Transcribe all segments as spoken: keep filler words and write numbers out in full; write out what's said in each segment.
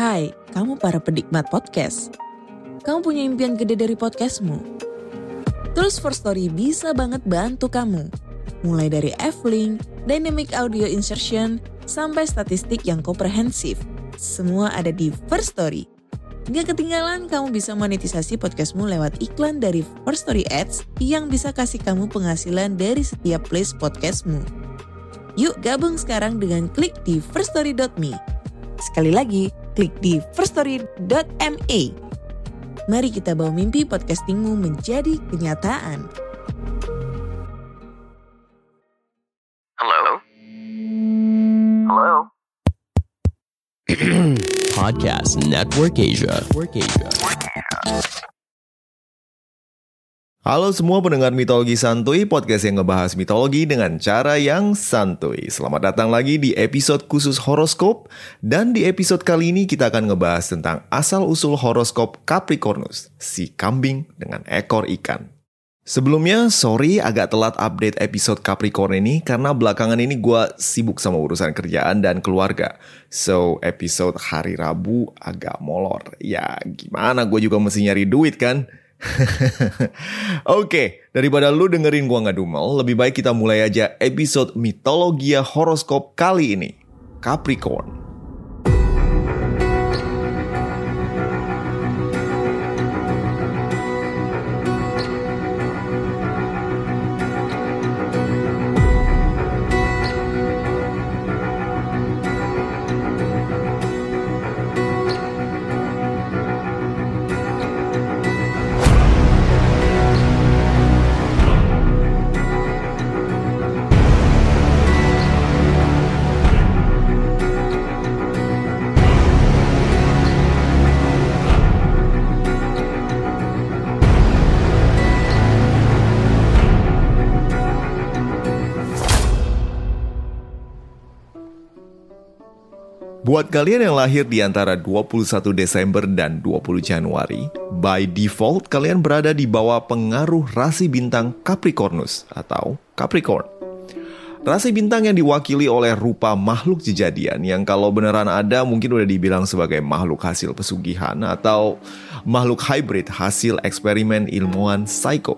Hai, kamu para penikmat podcast. Kamu punya impian gede dari podcastmu? Tools for Story bisa banget bantu kamu. Mulai dari F-Link, Dynamic Audio Insertion, sampai statistik yang komprehensif. Semua ada di First Story. Gak ketinggalan kamu bisa monetisasi podcastmu lewat iklan dari First Story Ads yang bisa kasih kamu penghasilan dari setiap place podcastmu. Yuk gabung sekarang dengan klik di first story dot me. Sekali lagi, klik di first story dot me. Mari kita bawa mimpi podcastingmu menjadi kenyataan. Halo? Halo? Podcast Network Asia. Network Asia. Halo semua pendengar Mitologi Santuy, podcast yang ngebahas mitologi dengan cara yang santuy. Selamat datang lagi di episode khusus horoskop. Dan di episode kali ini kita akan ngebahas tentang asal-usul horoskop Capricornus, si kambing dengan ekor ikan. Sebelumnya, sorry agak telat update episode Capricorn ini karena belakangan ini gue sibuk sama urusan kerjaan dan keluarga. So, episode hari Rabu agak molor. Ya, gimana gue juga mesti nyari duit kan? Oke, okay, daripada lu dengerin gua ngedumel, lebih baik kita mulai aja episode Mitologia Horoskop kali ini. Capricorn. Buat kalian yang lahir di antara dua puluh satu Desember dan dua puluh Januari, by default kalian berada di bawah pengaruh rasi bintang Capricornus atau Capricorn. Rasi bintang yang diwakili oleh rupa makhluk jejadian yang kalau beneran ada mungkin udah dibilang sebagai makhluk hasil pesugihan atau makhluk hybrid hasil eksperimen ilmuwan psycho.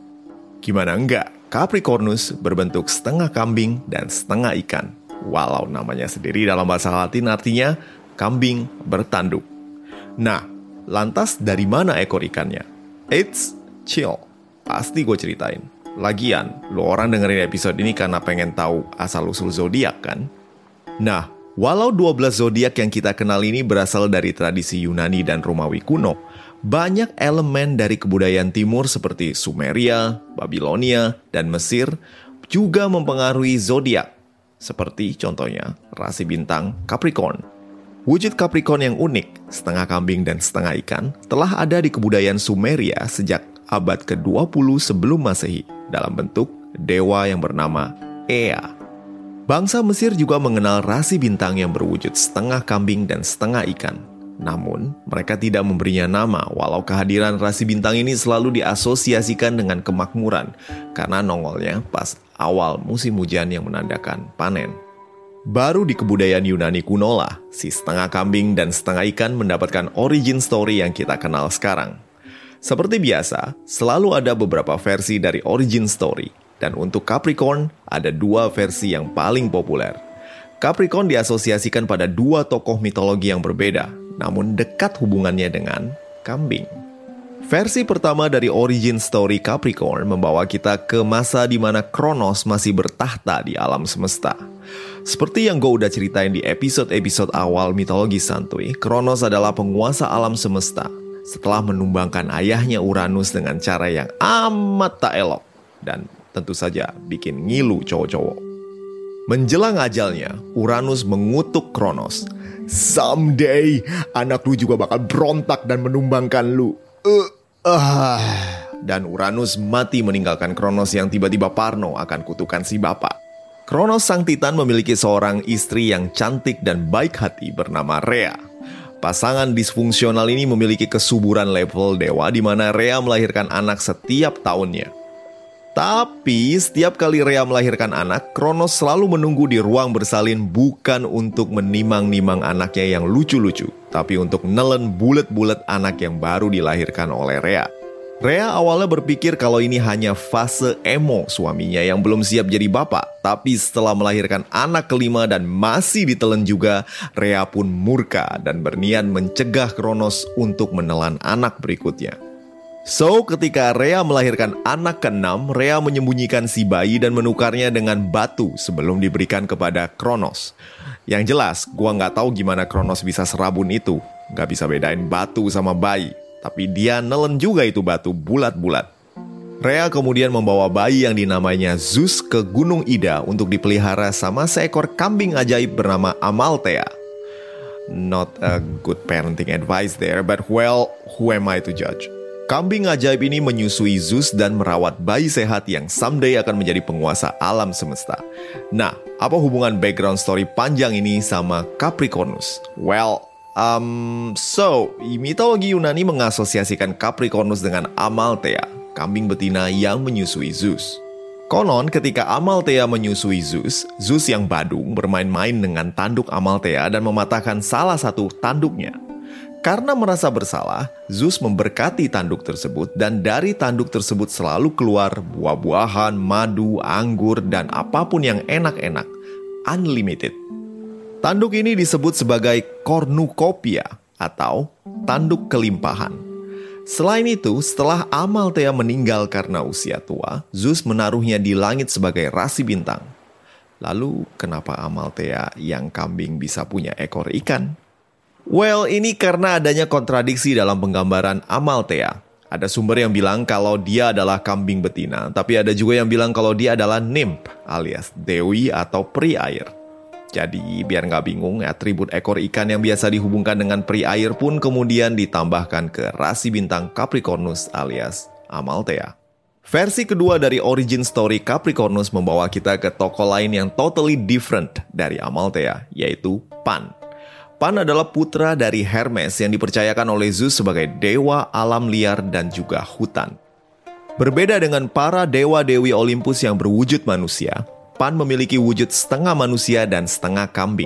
Gimana enggak, Capricornus berbentuk setengah kambing dan setengah ikan. Walau namanya sendiri dalam bahasa Latin artinya kambing bertanduk. Nah, lantas dari mana ekor ikannya? It's chill. Pasti gue ceritain. Lagian, lo orang dengerin episode ini karena pengen tahu asal-usul zodiak kan? Nah, walau dua belas zodiak yang kita kenal ini berasal dari tradisi Yunani dan Romawi kuno, banyak elemen dari kebudayaan timur seperti Sumeria, Babilonia, dan Mesir juga mempengaruhi zodiak. Seperti contohnya rasi bintang Capricorn. Wujud Capricorn yang unik, setengah kambing dan setengah ikan, telah ada di kebudayaan Sumeria sejak abad ke dua puluh sebelum Masehi dalam bentuk dewa yang bernama Ea. Bangsa Mesir juga mengenal rasi bintang yang berwujud setengah kambing dan setengah ikan. Namun, mereka tidak memberinya nama walau kehadiran rasi bintang ini selalu diasosiasikan dengan kemakmuran karena nongolnya pas awal musim hujan yang menandakan panen. Baru di kebudayaan Yunani kuno lah, si setengah kambing dan setengah ikan mendapatkan origin story yang kita kenal sekarang. Seperti biasa, selalu ada beberapa versi dari origin story. Dan untuk Capricorn, ada dua versi yang paling populer. Capricorn diasosiasikan pada dua tokoh mitologi yang berbeda, namun dekat hubungannya dengan kambing. Versi pertama dari origin story Capricorn membawa kita ke masa di mana Kronos masih bertahta di alam semesta. Seperti yang gue udah ceritain di episode-episode awal Mitologi Santuy, Kronos adalah penguasa alam semesta setelah menumbangkan ayahnya Uranus dengan cara yang amat tak elok dan tentu saja bikin ngilu cowok-cowok. Menjelang ajalnya, Uranus mengutuk Kronos. Someday, anak lu juga bakal berontak dan menumbangkan lu. Uh, uh. Dan Uranus mati meninggalkan Kronos yang tiba-tiba parno akan kutukan si bapak. Kronos sang Titan memiliki seorang istri yang cantik dan baik hati bernama Rhea. Pasangan disfungsional ini memiliki kesuburan level dewa di mana Rhea melahirkan anak setiap tahunnya. Tapi setiap kali Rhea melahirkan anak, Kronos selalu menunggu di ruang bersalin bukan untuk menimang-nimang anaknya yang lucu-lucu, tapi untuk nelen bulet-bulet anak yang baru dilahirkan oleh Rhea. Rhea awalnya berpikir kalau ini hanya fase emo suaminya yang belum siap jadi bapak. Tapi setelah melahirkan anak kelima dan masih ditelen juga, Rhea pun murka dan berniat mencegah Kronos untuk menelan anak berikutnya. So, ketika Rhea melahirkan anak keenam, Rhea menyembunyikan si bayi dan menukarnya dengan batu sebelum diberikan kepada Kronos. Yang jelas, gua nggak tahu gimana Kronos bisa serabun itu. Nggak bisa bedain batu sama bayi. Tapi dia nelen juga itu batu bulat-bulat. Rhea kemudian membawa bayi yang dinamainya Zeus ke Gunung Ida untuk dipelihara sama seekor kambing ajaib bernama Amalthea. Not a good parenting advice there, but well, who am I to judge? Kambing ajaib ini menyusui Zeus dan merawat bayi sehat yang someday akan menjadi penguasa alam semesta. Nah, apa hubungan background story panjang ini sama Capricornus? Well, um, so, mitologi Yunani mengasosiasikan Capricornus dengan Amalthea, kambing betina yang menyusui Zeus. Konon ketika Amalthea menyusui Zeus, Zeus yang badung bermain-main dengan tanduk Amalthea dan mematahkan salah satu tanduknya. Karena merasa bersalah, Zeus memberkati tanduk tersebut dan dari tanduk tersebut selalu keluar buah-buahan, madu, anggur, dan apapun yang enak-enak. Unlimited. Tanduk ini disebut sebagai cornucopia atau tanduk kelimpahan. Selain itu, setelah Amalthea meninggal karena usia tua, Zeus menaruhnya di langit sebagai rasi bintang. Lalu, kenapa Amalthea yang kambing bisa punya ekor ikan? Well, ini karena adanya kontradiksi dalam penggambaran Amalthea. Ada sumber yang bilang kalau dia adalah kambing betina, tapi ada juga yang bilang kalau dia adalah nymph alias dewi atau peri air. Jadi, biar nggak bingung, atribut ekor ikan yang biasa dihubungkan dengan peri air pun kemudian ditambahkan ke rasi bintang Capricornus alias Amalthea. Versi kedua dari origin story Capricornus membawa kita ke tokoh lain yang totally different dari Amalthea, yaitu Pan. Pan adalah putra dari Hermes yang dipercayakan oleh Zeus sebagai dewa alam liar dan juga hutan. Berbeda dengan para dewa-dewi Olympus yang berwujud manusia, Pan memiliki wujud setengah manusia dan setengah kambing.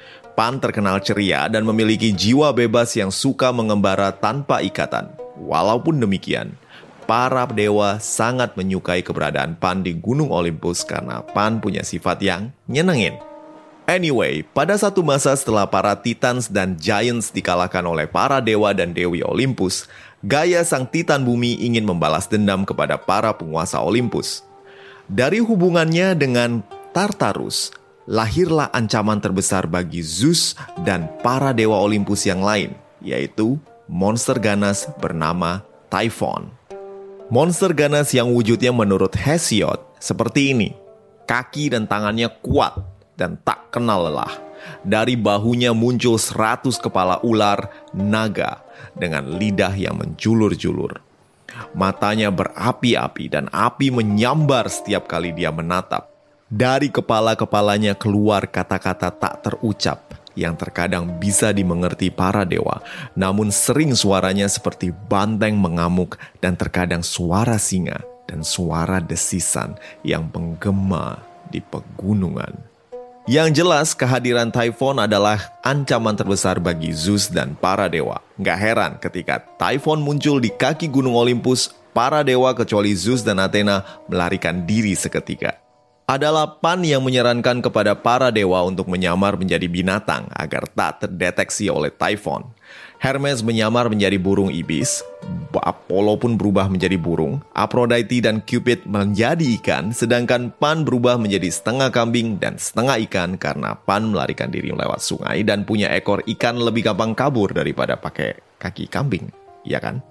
Pan terkenal ceria dan memiliki jiwa bebas yang suka mengembara tanpa ikatan. Walaupun demikian, para dewa sangat menyukai keberadaan Pan di Gunung Olympus karena Pan punya sifat yang nyenengin. Anyway, pada satu masa setelah para Titans dan Giants dikalahkan oleh para dewa dan dewi Olympus, Gaia sang Titan bumi ingin membalas dendam kepada para penguasa Olympus. Dari hubungannya dengan Tartarus, lahirlah ancaman terbesar bagi Zeus dan para dewa Olympus yang lain, yaitu monster ganas bernama Typhon. Monster ganas yang wujudnya menurut Hesiod seperti ini. Kaki dan tangannya kuat dan tak kenal lelah. Dari bahunya muncul seratus kepala ular naga dengan lidah yang menjulur-julur. Matanya berapi-api dan api menyambar setiap kali dia menatap. Dari kepala-kepalanya keluar kata-kata tak terucap yang terkadang bisa dimengerti para dewa, namun sering suaranya seperti banteng mengamuk dan terkadang suara singa dan suara desisan yang menggema di pegunungan. Yang jelas, kehadiran Typhon adalah ancaman terbesar bagi Zeus dan para dewa. Nggak heran ketika Typhon muncul di kaki Gunung Olympus, para dewa kecuali Zeus dan Athena melarikan diri seketika. Adalah Pan yang menyarankan kepada para dewa untuk menyamar menjadi binatang agar tak terdeteksi oleh Typhon. Hermes menyamar menjadi burung ibis, Apollo pun berubah menjadi burung, Aphrodite dan Cupid menjadi ikan, sedangkan Pan berubah menjadi setengah kambing dan setengah ikan karena Pan melarikan diri lewat sungai dan punya ekor ikan lebih gampang kabur daripada pakai kaki kambing, iya kan?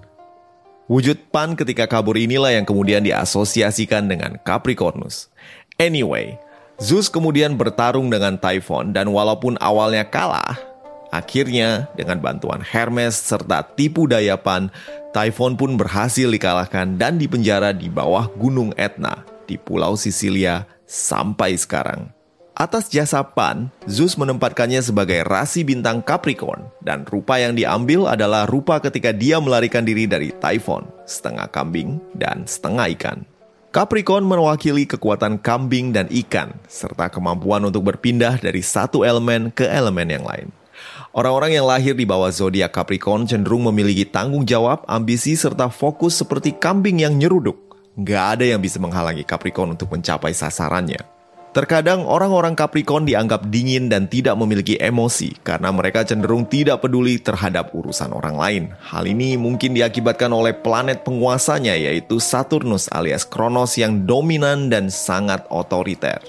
Wujud Pan ketika kabur inilah yang kemudian diasosiasikan dengan Capricornus. Anyway, Zeus kemudian bertarung dengan Typhon dan walaupun awalnya kalah, akhirnya, dengan bantuan Hermes serta tipu daya Pan, Typhon pun berhasil dikalahkan dan dipenjara di bawah Gunung Etna di Pulau Sisilia sampai sekarang. Atas jasa Pan, Zeus menempatkannya sebagai rasi bintang Capricorn dan rupa yang diambil adalah rupa ketika dia melarikan diri dari Typhon, setengah kambing dan setengah ikan. Capricorn mewakili kekuatan kambing dan ikan, serta kemampuan untuk berpindah dari satu elemen ke elemen yang lain. Orang-orang yang lahir di bawah zodiak Capricorn cenderung memiliki tanggung jawab, ambisi, serta fokus seperti kambing yang nyeruduk. Nggak ada yang bisa menghalangi Capricorn untuk mencapai sasarannya. Terkadang orang-orang Capricorn dianggap dingin dan tidak memiliki emosi karena mereka cenderung tidak peduli terhadap urusan orang lain. Hal ini mungkin diakibatkan oleh planet penguasanya yaitu Saturnus alias Kronos yang dominan dan sangat otoriter.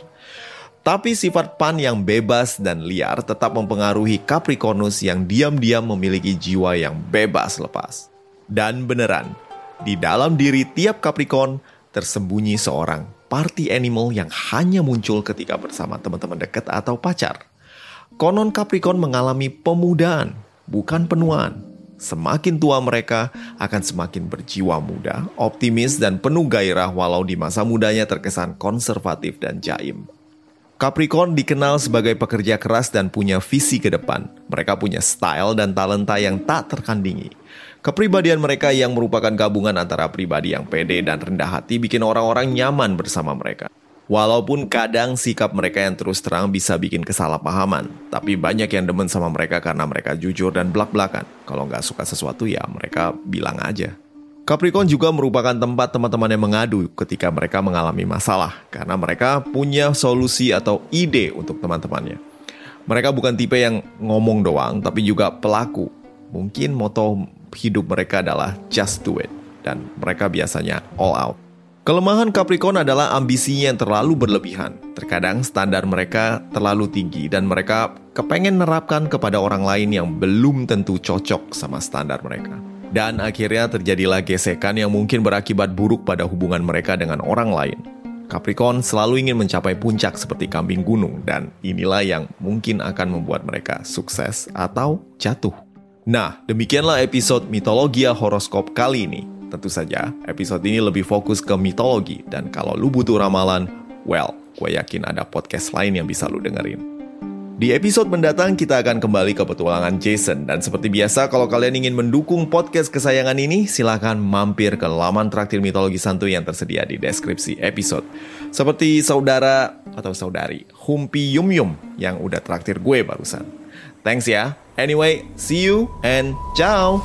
Tapi sifat Pan yang bebas dan liar tetap mempengaruhi Capricornus yang diam-diam memiliki jiwa yang bebas lepas. Dan beneran, di dalam diri tiap Capricorn tersembunyi seorang party animal yang hanya muncul ketika bersama teman-teman dekat atau pacar. Konon Capricorn mengalami pemudaan, bukan penuaan. Semakin tua mereka akan semakin berjiwa muda, optimis dan penuh gairah walau di masa mudanya terkesan konservatif dan jaim. Capricorn dikenal sebagai pekerja keras dan punya visi ke depan. Mereka punya style dan talenta yang tak tertandingi. Kepribadian mereka yang merupakan gabungan antara pribadi yang pede dan rendah hati bikin orang-orang nyaman bersama mereka. Walaupun kadang sikap mereka yang terus terang bisa bikin kesalahpahaman, tapi banyak yang demen sama mereka karena mereka jujur dan blak-blakan. Kalau nggak suka sesuatu ya mereka bilang aja. Capricorn juga merupakan tempat teman-teman yang mengadu ketika mereka mengalami masalah, karena mereka punya solusi atau ide untuk teman-temannya. Mereka bukan tipe yang ngomong doang, tapi juga pelaku. Mungkin moto hidup mereka adalah just do it, dan mereka biasanya all out. Kelemahan Capricorn adalah ambisinya yang terlalu berlebihan. Terkadang standar mereka terlalu tinggi dan mereka kepengen nerapkan kepada orang lain yang belum tentu cocok sama standar mereka. Dan akhirnya terjadilah gesekan yang mungkin berakibat buruk pada hubungan mereka dengan orang lain. Capricorn selalu ingin mencapai puncak seperti kambing gunung, dan inilah yang mungkin akan membuat mereka sukses atau jatuh. Nah, demikianlah episode Mitologia Horoskop kali ini. Tentu saja, episode ini lebih fokus ke mitologi. Dan kalau lu butuh ramalan, well, gue yakin ada podcast lain yang bisa lu dengerin. Di episode mendatang, kita akan kembali ke petualangan Jason. Dan seperti biasa, kalau kalian ingin mendukung podcast kesayangan ini, silakan mampir ke laman traktir mitologi santuy yang tersedia di deskripsi episode. Seperti saudara atau saudari Humpi Yum Yum yang udah traktir gue barusan. Thanks ya. Anyway, see you and ciao.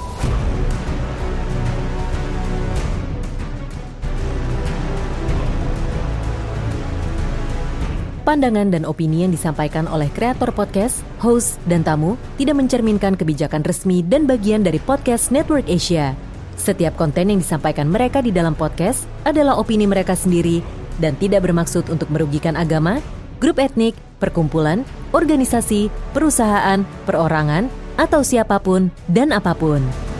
Pandangan dan opini yang disampaikan oleh kreator podcast, host, dan tamu tidak mencerminkan kebijakan resmi dan bagian dari Podcast Network Asia. Setiap konten yang disampaikan mereka di dalam podcast adalah opini mereka sendiri dan tidak bermaksud untuk merugikan agama, grup etnik, perkumpulan, organisasi, perusahaan, perorangan, atau siapapun dan apapun.